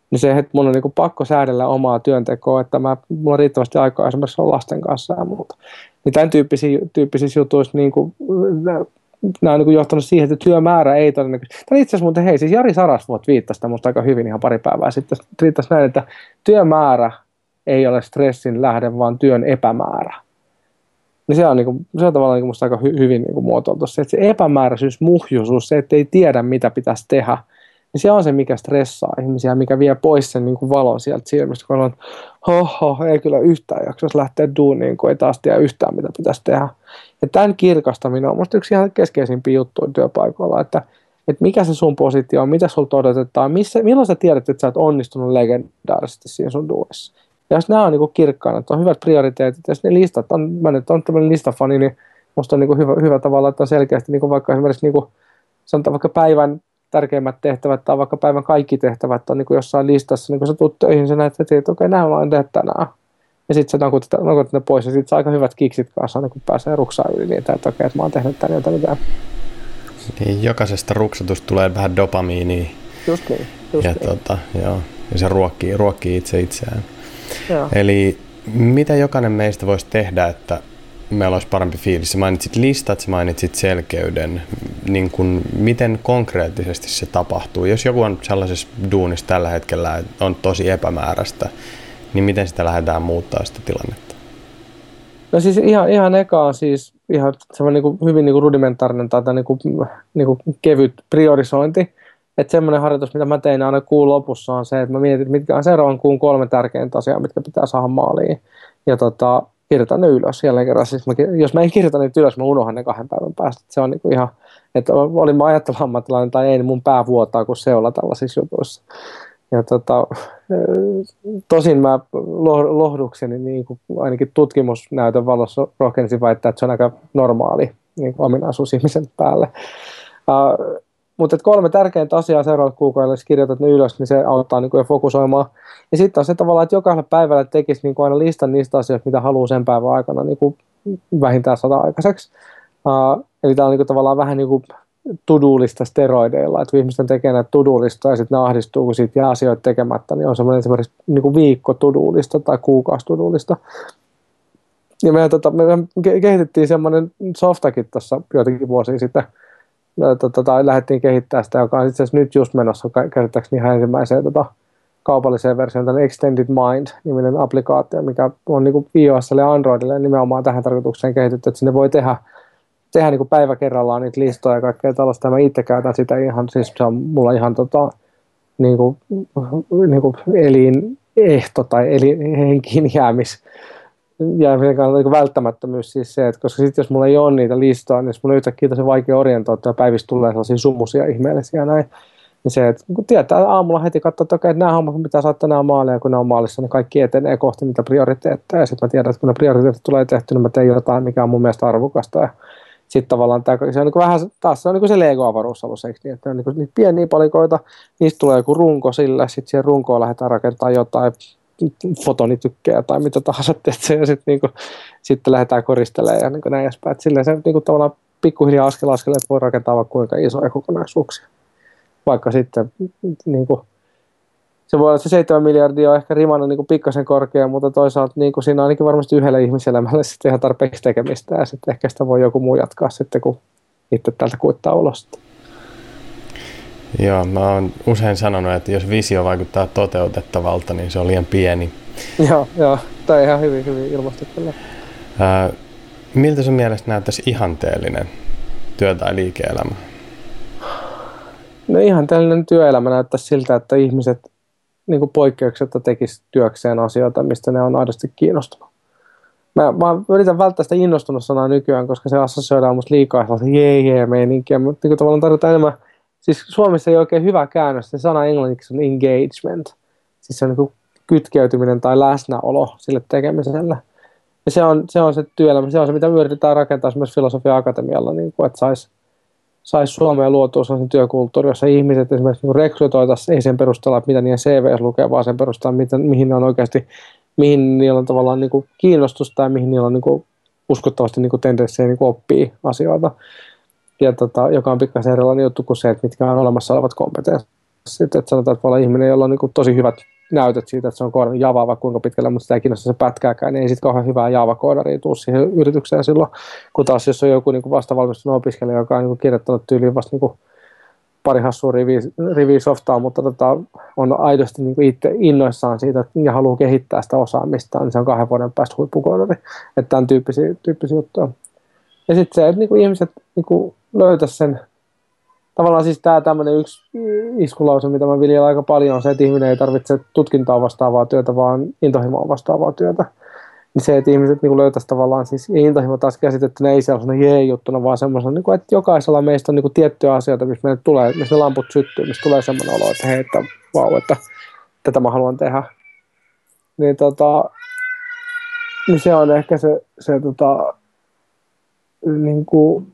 niin se, että mun on niin kuin pakko säädellä omaa työntekoa, että mä, mulla on riittävästi aikaa esimerkiksi olla lasten kanssa ja muuta. Niin tämän tyyppisiä, tyyppisissä jutuissa niin kuin, nämä on niin kuin johtanut siihen, että työmäärä ei todennäköisesti. Tämä itse asiassa muuten, hei, siis Jari Sarasvuot viittasi sitä musta aika hyvin ihan pari päivää sitten. Riittäisi näin, että työmäärä ei ole stressin lähde, vaan työn epämäärä. Niin se on, niin kuin, se on tavallaan niin musta aika hy, hyvin niin kuin muotoiltu se, että se epämääräisyys, muhjuisuus, se, että ei tiedä mitä pitäisi tehdä, niin se on se, mikä stressaa ihmisiä, mikä vie pois sen niin kuin valon sieltä silmistä, kun on, hoho, ei kyllä yhtään jaksaisi lähteä duuniin, kun ei taas tiedä yhtään, mitä pitäisi tehdä. Ja tämän kirkastaminen on musta yksi ihan keskeisimpiä juttuja työpaikoilla, että, että mikä se sun positio on, mitä sulla odotetaan, missä, milloin sä tiedät, että sä oot onnistunut legendaarisesti siinä sun duunissa. Ja jos nämä on niin kirkkaana, että on hyvät prioriteetit, ja ne listat, on, mä nyt on tämmöinen listafani, niin musta on niin hyvä, hyvä tavalla, että on selkeästi niin vaikka esimerkiksi, niin sanotaan vaikka päivän tärkeimmät tehtävät tai vaikka päivän kaikki tehtävät on niin jossain listassa, niin kun sä tuut töihin, sä näet, että okei, okay, nämä mä oon tehdä tänään. Ja sitten sä nakut, nakut ne pois, ja sitten saa aika hyvät kiksit kanssa, niin kun pääsee ruksaan yli niitä, että okei, okay, että mä oon tehnyt tän ja tän ja niin, jokaisesta ruksatusta tulee vähän dopamiinia. Just niin. Just ja, niin. Tota, joo, ja se ruokkii, ruokkii itse itseään. Joo. Eli mitä jokainen meistä voisi tehdä, että meillä olisi parempi fiilis? Sä mainitsit listat, sä mainitsit selkeyden. Niin kun, miten konkreettisesti se tapahtuu? Jos joku on sellaisessa duunissa tällä hetkellä, että on tosi epämääräistä, niin miten sitä lähdetään muuttaa sitä tilannetta? No siis ihan, ihan eka on siis ihan semmoinen niin hyvin niin kuin rudimentaarinen tai niin kuin, niin kuin kevyt priorisointi. Että semmoinen harjoitus, mitä mä tein aina kuun lopussa, on se, että mä mietin, mitkä on seuraavan kuun kolme tärkeintä asiaa, mitkä pitää saada maaliin. Ja tota, kirjoitan ne ylös jälleen kerran. Siis mä, jos mä en kirjoita niitä ylös, mä unohan ne kahden päivän päästä. Se on niinku ihan, että olin mä ajattelun ammattilainen tai ei, niin mun pää vuotaa kuin seula tällaisissa jutuissa. Ja tota, tosin mä lohdukseni niin kuin ainakin tutkimusnäytön valossa rohkenisin väittää, että se on aika normaali niin kuin ominaisuus ihmisen päälle. Uh, Mutta kolme tärkeintä asiaa seuraavat kuukaudella, jos kirjoitat ne ylös, niin se auttaa niin kuin jo fokusoimaan. Ja sitten on se tavallaan, että jokaisella päivällä tekisi niin kuin aina listan niistä asioista, mitä haluaa sen päivän aikana niin kuin vähintään sata aikaiseksi. Uh, eli tämä on niin kuin tavallaan vähän niin kuin to-do-lista steroideilla, että kun ihmiset tekee näitä to-do-listoja ja sitten ne ahdistuu, kun siitä jää asioita tekemättä, niin on semmoinen esimerkiksi niin kuin viikko to-do-lista tai kuukausi to-do-lista. Ja me, tota, me kehitettiin semmoinen softakin tuossa joitakin vuosia sitten, Tota, tai lähdettiin kehittämään sitä, joka on itse asiassa nyt just menossa käsittääkseni ihan ensimmäiseen tota, kaupalliseen versioon, tämän Extended Mind-niminen applikaatio, mikä on niin kuin iOSille ja Androidille nimenomaan tähän tarkoitukseen kehitetty, että sinne voi tehdä, tehdä niin kuin päivä kerrallaan niitä listoja ja kaikkea tällaista. Mä itse käytän sitä ihan, siis se on mulla ihan tota, niin kuin, niin kuin elinehto tai elin, henkiin jäämis. Ja niin välttämättömyys siis se, että koska sitten jos mulla ei ole niitä listoja, niin mun on yhtäkkiä tosi vaikea orientoida, päivistä tulee sellaisia sumusia ihmeellisiä näin. Niin se, että kun tietää aamulla heti katsoa, että okei, että nämä hommat pitää saada tänään maaliin, ja kun ne on maalissa, niin kaikki etenee kohti niitä prioriteetteja. Ja sitten mä tiedän, että kun ne prioriteetit tulee tehty, niin mä teen jotain, mikä on mun mielestä arvokasta. Ja sitten tavallaan tämä, se on niin vähän, taas se on niin se Lego-avaruusalus, eikö niin? Että on niin niitä pieniä palikoita, niistä tulee joku runko sille, sitten siihen runkoon lähdetään rakentamaan jotain fotonitykkejä tai mitä tahansa, teetkö, ja sitten niinku, sitten lähdetään koristelemaan ja niinku näin edespäin. Et silleen se niinku tavallaan pikkuhiljaa askel askeleet voi rakentaa vaikka kuinka isoja kokonaisuuksia. Vaikka sitten niinku, se voi olla, että se seitsemän miljardia on ehkä rimana niinku pikkasen korkea, mutta toisaalta niinku siinä on ainakin varmasti yhdelle ihmiselämälle sitten ihan tarpeeksi tekemistä ja sitten ehkä sitä voi joku muu jatkaa sitten, kun itse tältä kuittaa ulos. Joo, mä oon usein sanonut, että jos visio vaikuttaa toteutettavalta, niin se on liian pieni. Joo, joo. Tämä on ihan hyvin, hyvin ilmastu kyllä. Ää, miltä sun mielestä näyttäisi ihanteellinen työ- tai liike-elämä? No ihanteellinen työelämä näyttäisi siltä, että ihmiset niin kuin poikkeuksetta tekisivät työkseen asioita, mistä ne on aidosti kiinnostunut. Mä, mä yritän välttää sitä innostunut sanaa nykyään, koska se assosioidaan musta liikaa sellaista jee jee meininkiä, mutta niin tavallaan tarvitaan enemmän. Siis Suomessa ei ole oikein hyvä käännös, se sana englanniksi on engagement. Siis se on niin kytkeytyminen tai läsnäolo sille tekemiselle. Ja se on se, on se työelämä, se on se, mitä me yritetään rakentaa myös Filosofia Akatemialla, niin kuin, että saisi sais Suomeen luotua sellaisen työkulttuuri, jossa ihmiset esimerkiksi niin rekrytoitaisiin ei sen perusteella, mitä niiden C V:ssä lukee, vaan sen perusteella, mitä, mihin ne on oikeasti, mihin niillä on tavallaan niin kuin kiinnostusta ja mihin niillä on niin kuin uskottavasti niin kuin tendenssejä niin kuin oppii asioita. Ja tota, joka on pikkasen erilainen juttu kuin se, että mitkä on olemassa olevat kompetenssit. sitten, että sanotaan, että voi olla ihminen, jolla on niin kuin tosi hyvät näytöt siitä, että se on koodannut Javaa vaikka kuinka pitkälle, mutta sitä ei kiinnosta se pätkääkään, niin ei sitten kauhean hyvää Java-koodaria tule siihen yritykseen silloin, kun taas jos on joku niin kuin vastavalmistunut opiskelija, joka on niin kuin kirjoittanut tyyliin vasta niin kuin pari hassua riviä, riviä softaa, mutta tota, on aidosti niin kuin itse innoissaan siitä ja haluaa kehittää sitä osaamista, niin se on kahden vuoden päästä huippukoodari, että tämän tyyppisiä, tyyppisiä juttuja. Ja sitten se, että niin kuin ihmiset niin kuin löytäisi sen. Tavallaan siis tämä tämmöinen yksi iskulause, mitä mä viljen aika paljon, on se, että ihminen ei tarvitse tutkintaa vastaavaa työtä, vaan intohimoa vastaavaa työtä. Niin se, että ihmiset niin löytäisi tavallaan, siis intohimo taas käsitettynä ei sellaisena jee-juttuna, vaan semmoisena, niin että jokaisella meistä on niin tiettyjä asioita, missä meille tulee, missä ne lamput syttyy, missä tulee semmoinen olo, että hei, että vau, että tätä mä haluan tehdä. Niin, tota, niin se on ehkä se, se tota, niin kuin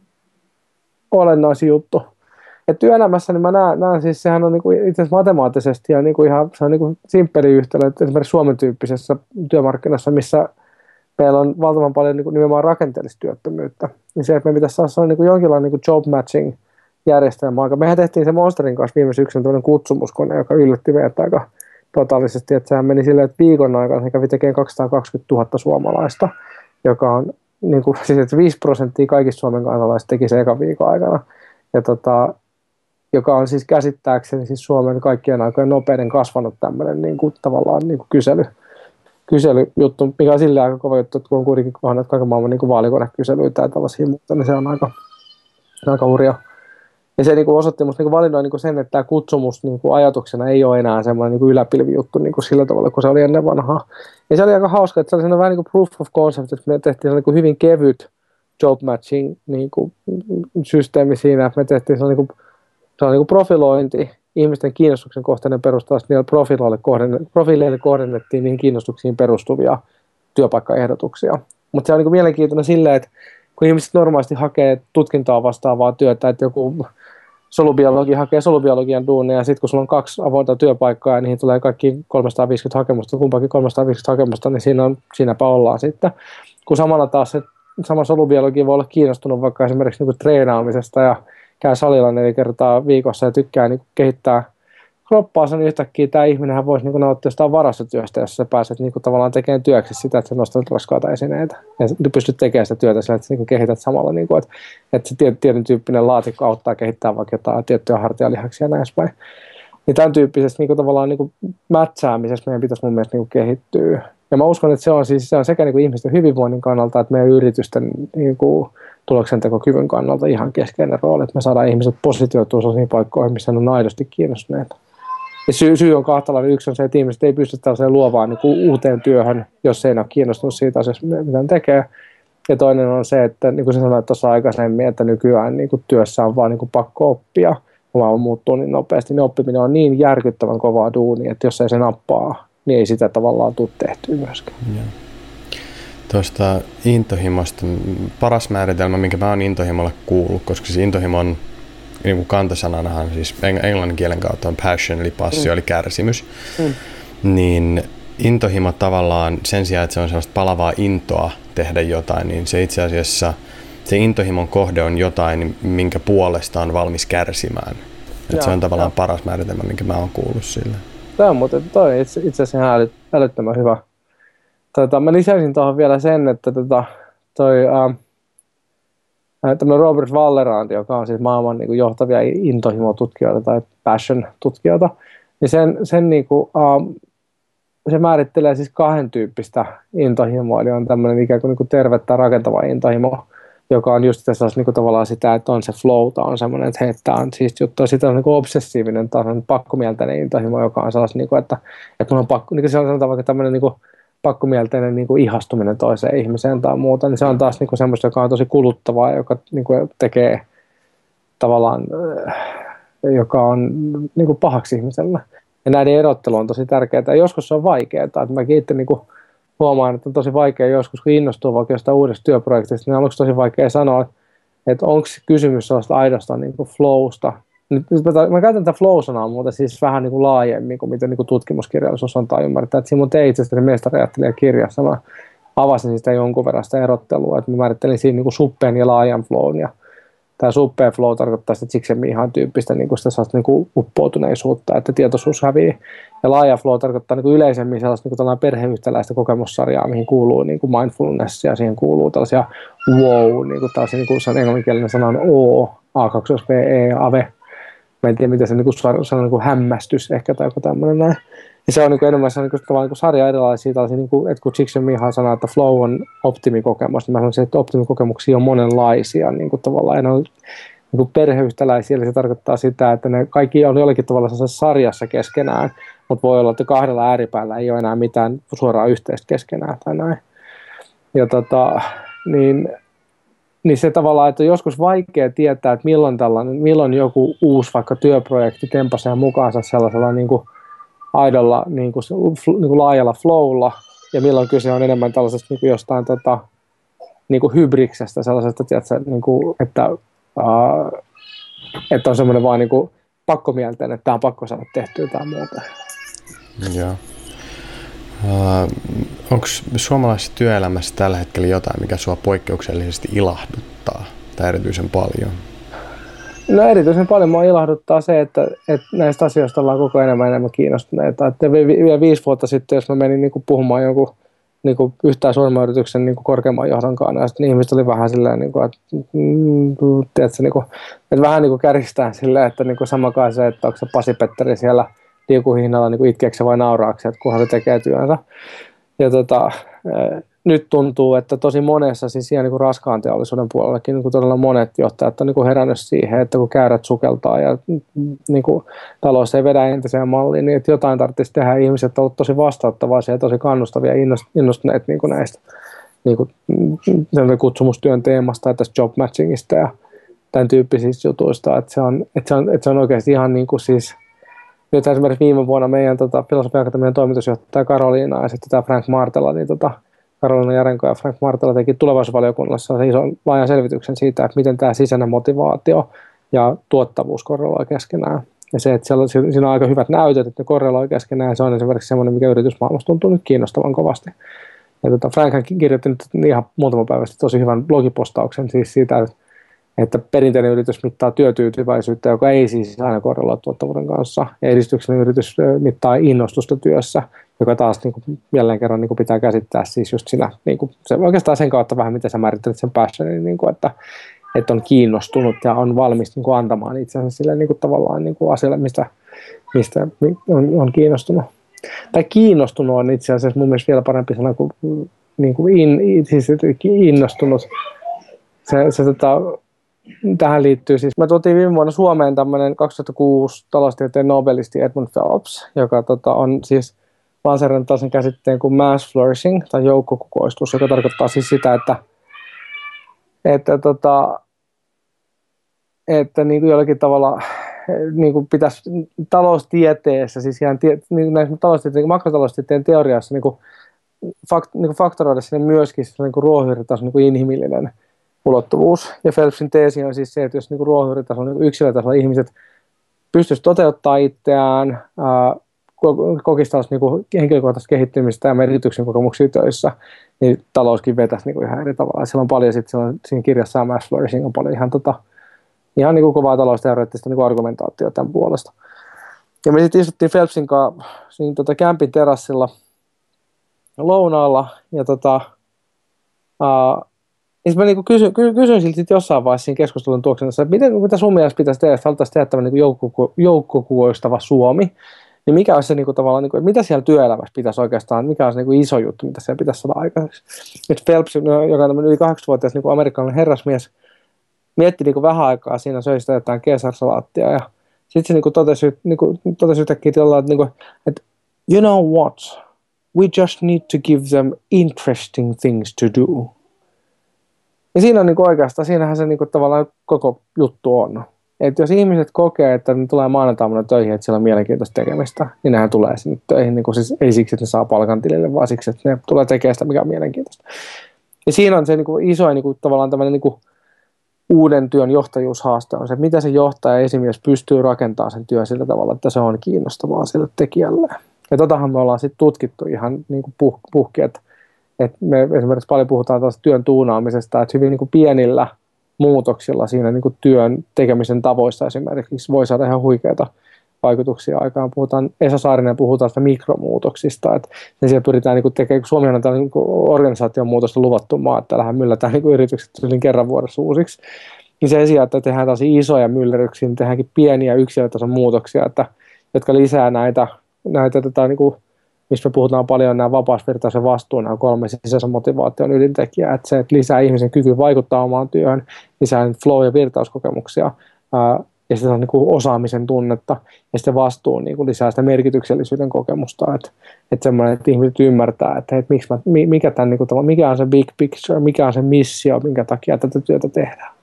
olennaisin juttu. Ja työelämässä niin mä näen, näen siis sehän on niinku itse asiassa matemaattisesti ja niinku ihan se on niinku simppeli yhtälö, että esimerkiksi Suomen tyyppisessä työmarkkinassa, missä meillä on valtavan paljon niinku nimenomaan rakenteellista työttömyyttä, niin se, että me pitäisi saada niinku jonkinlainen niinku job matching järjestelmä aika. Mehän tehtiin se Monsterin kanssa viime syksynä tämmöinen kutsumuskone, joka yllätti meitä aika totaalisesti, että sehän meni silleen, että viikon aikana se kävi tekemään kaksisataakaksikymmentätuhatta suomalaista, joka on niinku, siis että viisi prosenttia kaikista Suomen kansalaisista teki se ekan viikon aikana. Ja tota, joka on siis käsittääkseni siis Suomen kaikkien aikojen nopeiden kasvanut tämmöinen niin kuin, tavallaan niin kuin kysely, kyselyjuttu, mikä on silleen aika kova juttu, että kun on kuitenkin kohdannut kaiken maailman niin kuin vaalikonekyselyitä ja tällaisia, mutta niin se on aika, aika hurja. Ja se niin kuin osoitti musta niin kuin valinnoi niin kuin sen, että tämä kutsumus niin kuin ajatuksena ei ole enää semmoinen niin kuin yläpilvijuttu niin kuin sillä tavalla, kun se oli ennen vanhaa. Ja se oli aika hauska, että se oli vähän niin kuin proof of concept, että me tehtiin niin kuin hyvin kevyt job matching niin kuin systeemi siinä, että me tehtiin se niin kuin Se on niin kuin profilointi, ihmisten kiinnostuksen kohteinen perustaa, niillä profiileille, kohden, profiileille kohdennettiin niihin kiinnostuksiin perustuvia työpaikkaehdotuksia. Mutta se on niin kuin mielenkiintoinen silleen, että kun ihmiset normaalisti hakee tutkintaa vastaavaa työtä, että joku solubiologi hakee solubiologian duunia, ja sitten kun sulla on kaksi avointa työpaikkaa, ja niihin tulee kaikki kolmesataaviisikymmentä hakemusta, kumpakin kolmesataaviisikymmentä hakemusta, niin siinä on, siinäpä ollaan sitten. Kun samalla taas se sama solubiologi voi olla kiinnostunut vaikka esimerkiksi niin kuin treenaamisesta, ja käy salilla neljä kertaa viikossa ja tykkää niin kuin kehittää kroppaansa, niin yhtäkkiä tämä ihminenhän voisi niin kuin nauttia jostain varastotyöstä, jos sä pääset niin kuin tavallaan tekemään työksi sitä, että sä nostat raskaita esineitä ja pystyt tekemään sitä työtä sillä, että sä niin kuin kehität samalla, niin kuin, että, että se tietyn tyyppinen laatikko auttaa kehittää vaikka jotain tiettyjä hartialihaksia ja näin päin. Niin tämän tyyppisessä niin kuin tavallaan niin kuin mätsäämisessä meidän pitäisi mun mielestä niin kuin kehittyä. Ja mä uskon, että se on, siis, se on sekä niin kuin ihmisten hyvinvoinnin kannalta, että meidän yritysten niin kuin tuloksentekokyvyn kannalta ihan keskeinen rooli, että me saadaan ihmiset positioitua sellaisiin paikkoihin, missä ne on aidosti kiinnostuneita. Ja syy, syy on kahtalainen. Yksi on se, että ihmiset ei pysty tällaiseen luovaan niin kuin uuteen työhön, jos ei ole kiinnostunut siitä asiasta, mitä ne tekee. Ja toinen on se, että niin kuin sä sanoit tuossa aikaisemmin, että nykyään niin kuin työssä on vaan niin kuin pakko oppia, maailma muuttuu niin nopeasti, niin oppiminen on niin järkyttävän kovaa duunia, että jos ei se nappaa, niin ei sitä tavallaan tule tehtyä myöskään. Yeah. Tuosta intohimosta, paras määritelmä, minkä mä oon intohimolle kuullut, koska se intohimo on niin kuin kantasananahan, siis englannin kielen kautta on passion, eli passio, mm. eli kärsimys, mm. niin intohimo tavallaan sen sijaan, että se on sellaista palavaa intoa tehdä jotain, niin se itse asiassa, se intohimon kohde on jotain, minkä puolesta on valmis kärsimään. Että se on tavallaan ja. paras määritelmä, minkä mä oon kuullut sille. Tämä on muuten toi itse, itse asiassa ihan äly, älyttömän hyvä. Tota, mä lisäisin tuohon vielä sen, että tota, toi, äh, tämmöinen Robert Wallerand, joka on siis maailman niin kuin johtavia intohimotutkijoita tai passion-tutkijoita, niin sen, sen niin kuin, äh, se määrittelee siis kahden tyyppistä intohimoa, eli on tämmöinen ikään kuin, niin kuin terve tai rakentava intohimo, joka on just tässä niin kuin tavallaan sitä, että on se flow, on semmoinen, että hei, tämä on siis juttu, sitten on niin kuin obsessiivinen, tai on pakkomielteinen intohimo, joka on sellainen, niin kuin, että, että mun on pakko, niin kuin sanotaan vaikka tämmöinen niin kuin pakkomielteinen niin kuin ihastuminen toiseen ihmiseen tai muuta, niin se on taas niin kuin semmoista, joka on tosi kuluttavaa, joka niin kuin tekee tavallaan, joka on niin kuin pahaksi ihmisellä. Ja näiden erottelu on tosi tärkeää. Ja joskus se on vaikeaa. Että mäkin itse niin kuin huomaan, että on tosi vaikea joskus, kun innostuu vaikka jostain uudesta työprojektista, niin on tosi vaikea sanoa, että onko kysymys sellaista aidosta niin kuin flowsta. Nyt, mä käytän tätä flow-sanaa muuten siis vähän niin kuin laajemmin kuin miten niin kuin tutkimuskirjallisuus antaa ymmärtää. Että Simon tein itse asiassa mestariajattelijakirjassa. Mä avasin sitä jonkun verran sitä erottelua, että mä määrittelin siinä niin kuin suppeen ja laajan flown ja tämä suppea flow tarkoittaa sitä Csikszentmihalyin tyyppistä niin kuin sitä niin kuin uppoutuneisuutta, että tietoisuus hävii. Ja laaja flow tarkoittaa niin kuin yleisemmin sellaista niin kuin perheyhtäläistä kokemussarjaa, mihin kuuluu niin kuin mindfulness ja siihen kuuluu tällaisia wow, niin kuin tällaisia, niin kuin se on englanninkielinen sana on O, A kaksi V E, ave. Mä en tiedä, miten se niin kuin, se on niin kuin hämmästys ehkä tai joku tämmöinen näin. Ja se on niin kuin enemmän se on niin kuin, niin kuin sarja erilaisia tällaisia, niin kuin, että kun Csikszentmihalyi sanoo, että flow on optimikokemus, niin mä sanoisin, että optimikokemuksia on monenlaisia niin kuin tavallaan. Ja ne on niin kuin perheyhtäläisiä, eli se tarkoittaa sitä, että ne kaikki on jollakin tavalla sarjassa keskenään, mutta voi olla, että kahdella ääripäällä ei ole enää mitään suoraa yhteistä keskenään tai näin. Ja tota, niin, niin se tavallaan, että on joskus vaikea tietää, että milloin, tällainen, milloin joku uusi vaikka työprojekti tempasee mukaansa sellaisella niin kuin aidolla niin kuin, niin kuin laajalla flowlla, ja milloin kyse on enemmän tällaisesta niin kuin jostain tota, niin kuin hybriksestä, sellaisesta, tiedätkö, niin kuin, että, uh, että on semmoinen vaan niin kuin pakkomielteinen, että tämä on pakko saada tehtyä tai muuta. Joo. Uh, onko suomalaisessa työelämässä tällä hetkellä jotain, mikä sua poikkeuksellisesti ilahduttaa tai erityisen paljon? No erityisen paljon minua ilahduttaa se, että, että näistä asioista ollaan koko ajan enemmän enemmän kiinnostuneita. Että vielä viisi vuotta sitten, jos mä menin niin kuin puhumaan jonkun niin kuin yhtään suuremman yrityksen niin kuin korkeamman johdon kanssa, ja sitten ihmiset oli vähän silleen, niin kuin, että, mm, tiedätkö, niin kuin, että vähän niin kuin kärjistään silleen, että niin kuin samakaan se, että onko se Pasi Petteri siellä liukuhihnalla niin itkeeksi vai nauraaksi, että kunhan se tekee työnsä. Ja tota, nyt tuntuu, että tosi monessa, siis ihan niin kuin raskaan teollisuuden puolellakin, niin kuin todella monet johtajat on niin kuin herännyt siihen, että kun käyrät sukeltaa ja niin kuin talous ei vedä entiseen malliin, niin että jotain tarvitsisi tehdä. Ihmiset ovat tosi vastauttavaisia ja tosi kannustavia ja innostuneet niin kuin näistä niin kuin kutsumustyön teemasta ja tästä job matchingista ja tämän tyyppisistä jutuista. Että se on, että se on, että se on oikeasti ihan niin kuin siis. Nyt esimerkiksi viime vuonna meidän tota, Filosofia-akatemian toimitusjohtaja Karoliina ja sitten tämä Frank Martela, niin tota, Karoliina Jarenko ja Frank Martela teki tulevaisuusvaliokunnassa se ison laajan selvityksen siitä, että miten tämä sisäinen motivaatio ja tuottavuus korreloi keskenään. Ja se, että siellä, siinä on aika hyvät näytöt, että ne korreloi keskenään, ja se on esimerkiksi semmoinen, mikä yritysmaailmassa tuntuu nyt kiinnostavan kovasti. Ja tota, Frank kirjoitti nyt ihan muutama päivä sitten tosi hyvän blogipostauksen siis siitä, että että perinteinen yritys mittaa työtyytyväisyyttä, joka ei siis aina korreloi tuottavuuden kanssa. Ja edistyksellinen yritys mittaa innostusta työssä, joka taas niin kuin, jälleen kerran niin kuin pitää käsittää siis just siinä, niin kuin, se, oikeastaan sen kautta vähän, miten sä määrittelet sen passionin, niin kuin, että, että on kiinnostunut ja on valmis niin kuin, antamaan itsensä sille niin kuin, tavallaan niin kuin asialle, mistä, mistä on, on kiinnostunut. Tai kiinnostunut on itse asiassa mun mielestä vielä parempi sana kuin, niin kuin in, siis innostunut. Se, se tota, tähän liittyy siis, me tuotiin viime vuonna Suomeen tämmöinen kaksituhattakuusi taloustieteen nobelisti Edmund Phelps, joka tota, on siis lanseerannut tällaisen käsitteen kuin mass flourishing tai joukkokukoistus, joka tarkoittaa siis sitä, että, että, tota, että niin kuin jollakin tavalla niin kuin pitäisi taloustieteessä, siis ihan tie, niin näissä taloustieteen, makrotaloustieteen teoriassa niin kuin, fakt, niin kuin faktoroida sinne myöskin niin kuin ruohonjuuritason niin kuin inhimillinen ulottuvuus. Ja Phelpsin teesi on siis se, että jos niin ruohonjuuritasolla, niin yksilötasolla ihmiset pystyisivät toteuttamaan itseään, ää, kokisivat niin henkilökohtaista kehittymistä ja merkityksen kokemuksia töissä, niin talouskin vetäisi niin ihan eri tavalla. Siellä on paljon, sit, siellä on, siinä kirjassa Mass Flourishing on paljon ihan, tota, ihan niin kovaa talousteoreettista niin argumentaatiota tämän puolesta. Ja me sitten istuttiin Phelpsin kanssa siinä tota, kämpin terassilla lounaalla, ja tota, ää, niin mä niinku kysyin, kysyin siltä sit jossain vaiheessa siinä keskustelun tuoksennassa, että miten, mitä sun mielestä pitäisi tehdä, että haluttaisiin tehdä tämmöinen niinku joukkokuvoistava Suomi, niin mikä olisi se, niinku, tavallaan, niinku, mitä siellä työelämässä pitäisi oikeastaan, mikä olisi niinku iso juttu, mitä siellä pitäisi saada aikaiseksi. Nyt Phelps, joka on yli kahdeksankymmentävuotias niinku amerikkalainen herrasmies, mietti niinku vähän aikaa siinä, söi sitä jotain keesarsalaattia, ja sitten se niinku totesi, niinku, totesi yhtäkkiä jollain, että, niinku, että you know what, we just need to give them interesting things to do. Ja siinä on niinku oikeastaan, siinähän se niinku tavallaan koko juttu on. Että jos ihmiset kokee, että ne tulee maanantaina töihin, että siellä on mielenkiintoista tekemistä, niin nehän tulee sinne töihin. Niinku siis ei siksi, että ne saa palkan tilille, vaan siksi, että ne tulee tekemään sitä, mikä on mielenkiintoista. Ja siinä on se niinku iso niinku, tavallaan tämmöinen niinku uuden työn johtajuushaaste on se, mitä se johtaja esimies pystyy rakentamaan sen työn sillä tavalla, että se on kiinnostavaa sille tekijälle. Ja totahan me ollaan sitten tutkittu ihan niinku puh- puhki, että et me esimerkiksi paljon puhutaan taas työn tuunaamisesta, että hyvin niin kuin pienillä muutoksilla siinä niin kuin työn tekemisen tavoissa esimerkiksi voi saada ihan huikeita vaikutuksia aikaan. Puhutaan, Esa Saarinen puhuu tästä mikromuutoksista, että siellä pyritään niin kuin tekemään, kun Suomi on tällainen niin organisaation muutosta luvattu maa, että täällähän myllätään niin kuin yritykset kerran vuodessa uusiksi. Niin sen sijaan, että tehdään tällaisia isoja myllerryksiä, niin tehdäänkin pieniä yksilötason muutoksia, että, jotka lisää näitä, näitä tota, niin kuin, mistä me puhutaan paljon, nämä vapausvirtaisen vastuun, nämä kolme sisäisen motivaation ydintekijää, että se että lisää ihmisen kyky vaikuttaa omaan työhön, lisää flow- ja virtauskokemuksia, ää, ja sitten on niin kuin osaamisen tunnetta, ja sitten vastuu niin kuin lisää sitä merkityksellisyyden kokemusta, että, että semmoinen, että ihmiset ymmärtää, että, että miksi mä, mikä, tämän, niin kuin, mikä on se big picture, mikä on se missio, minkä takia tätä työtä tehdään.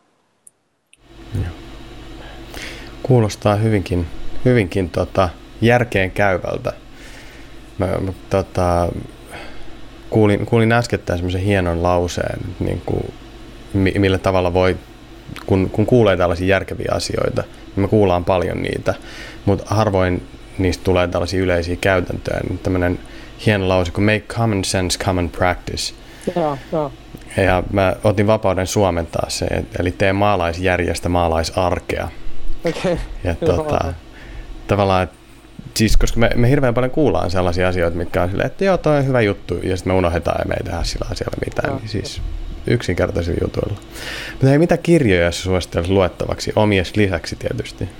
Kuulostaa hyvinkin, hyvinkin tota, järkeen käyvältä. Mä, mä tota, kuulin, kuulin äskettäin semmoisen hienon lauseen, niin kuin, millä tavalla voi, kun, kun kuulee tällaisia järkeviä asioita, niin me kuullaan paljon niitä, mutta harvoin niistä tulee tällaisia yleisiä käytäntöjä. Tämmöinen hieno lause kuin make common sense common practice. Ja, ja. Ja mä otin vapauden suomentaa se, eli tee maalaisjärjestä maalaisarkea. Okay. Ja tuota, tavallaan, siis koska me, me hirveän paljon kuullaan sellaisia asioita, mitkä on silleen, että joo, toi on hyvä juttu, ja sitten me unohdetaan ja me ei tehdä sillä asialla mitään, no. Niin siis yksinkertaisilla jutuilla. Mutta hei, mitä kirjoja sä suosittelisit luettavaksi, omies lisäksi tietysti?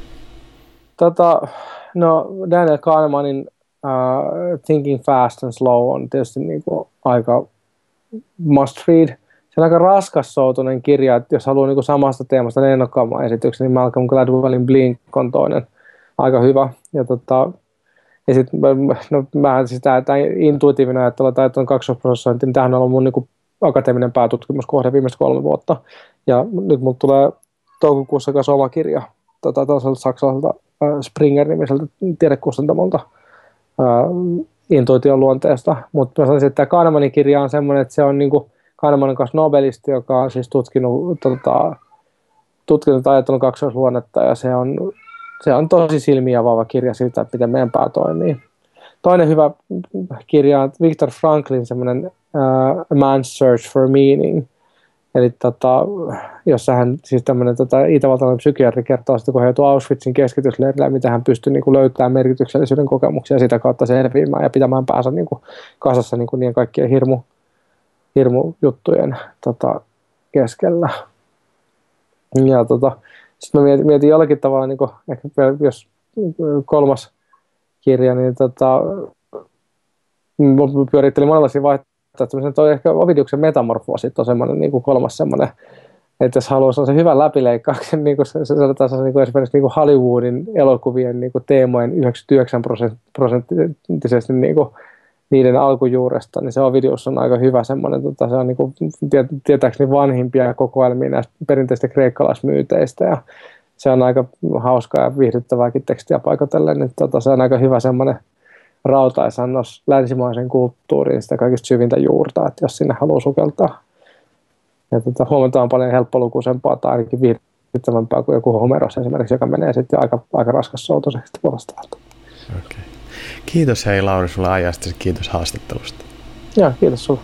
Tota, no Daniel Kahnemanin uh, Thinking Fast and Slow on tietysti niinku aika must read. Se on aika raskassoutuinen kirja, että jos haluaa niinku samasta teemasta lennokkaamman esityksen, niin Malcolm Gladwellin Blink on toinen aika hyvä. Ja, tota, ja sitten no, mä sitä, että intuitiivinen ajattelu tai että on kaksoisprosessointi, niin tämähän on ollut mun niinku akateeminen päätutkimuskohde viimeiset kolme vuotta. Ja nyt mulla tulee toukokuussa kanssa oma kirja tota, saksalaiselta äh, Springer-nimiseltä tiedekustantamolta äh, intuition luonteesta. Mutta mä sanoisin, että tämä Kahnemanin kirja on semmoinen, että se on niinku Kahneman on kanssa nobelisti, joka on siis tutkinut, tota, tutkinut ajattelun kaksoisluonnetta, ja se on, se on tosi silmiä avaava kirja siitä, että miten meidän pää toimii. Toinen hyvä kirja on Viktor Franklin, semmoinen uh, A Man's Search for Meaning, eli tota, jossa hän, siis tämmöinen tota, itävaltalainen psykiatri kertoo sitten, kun hän joutui Auschwitzin keskitysleirille, ja miten hän pystyi niin kuin löytämään merkityksellisyyden kokemuksia ja sitä kautta selviämään ja pitämään päänsä niin kuin kasassa niin kuin niiden kaikkien hirmu hirmujuttujen tota, keskellä. Ja tota, sitten mä mietin, mietin jollakin tavalla, niin kuin, ehkä jos kolmas kirja, niin tota, pyörittelin monenlaisia vaihtoehtoja. Toi ehkä Ovidiuksen metamorfoosit on semmoinen niin kuin kolmas semmoinen, että jos haluaa sellaisen hyvän läpileikkauksen, niin kuin se, se sanotaan niin kuin esimerkiksi niin kuin Hollywoodin elokuvien niin kuin teemojen yhdeksänkymmentäyhdeksän prosenttisesti niin kuin niiden alkujuuresta, niin se Ovidius on aika hyvä semmoinen, tota, se on niin kuin, tietääkseni vanhimpia kokoelmia näistä perinteistä kreikkalaismyyteistä, ja se on aika hauskaa ja viihdyttävääkin tekstiä paikotellen, niin tota, se on aika hyvä semmoinen rautaisannos länsimaisen kulttuuriin sitä kaikista syvintä juurta, että jos sinne haluaa sukeltaa. Ja tota, huomataan paljon helppolukuisempaa tai ainakin viihdyttävämpää kuin joku Homeros esimerkiksi, joka menee sitten aika, aika raskassoutuiseksi puolestaan. Okay. Kiitos hei Lauri sulle ajasta, kiitos haastattelusta. Joo, kiitos sulle.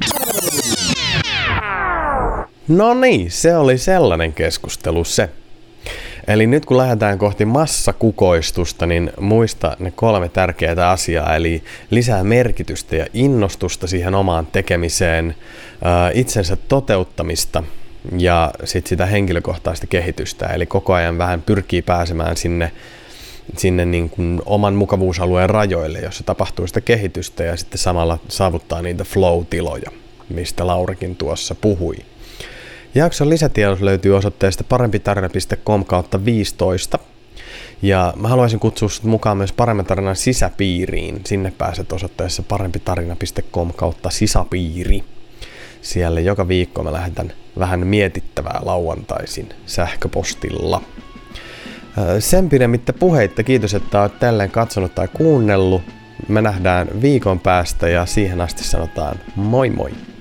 No niin, se oli sellainen keskustelu se. Eli nyt kun lähdetään kohti massakukoistusta, niin muista ne kolme tärkeää asiaa, eli lisää merkitystä ja innostusta siihen omaan tekemiseen, itsensä toteuttamista ja sitten sitä henkilökohtaista kehitystä, eli koko ajan vähän pyrkii pääsemään sinne sinne niin kuin oman mukavuusalueen rajoille, jossa tapahtuu sitä kehitystä ja sitten samalla saavuttaa niitä flow-tiloja, mistä Laurikin tuossa puhui. Jakson lisätiedot löytyy osoitteesta parempitarina piste com kautta viisitoista. Ja mä haluaisin kutsua sut mukaan myös Paremman tarinan sisäpiiriin. Sinne pääset osoitteessa parempitarina piste com kautta sisäpiiri. Siellä joka viikko mä lähetän vähän mietittävää lauantaisin sähköpostilla. Sen pidemmittä puheitta, kiitos, että olet tälleen katsonut tai kuunnellut. Me nähdään viikon päästä ja siihen asti sanotaan moi moi!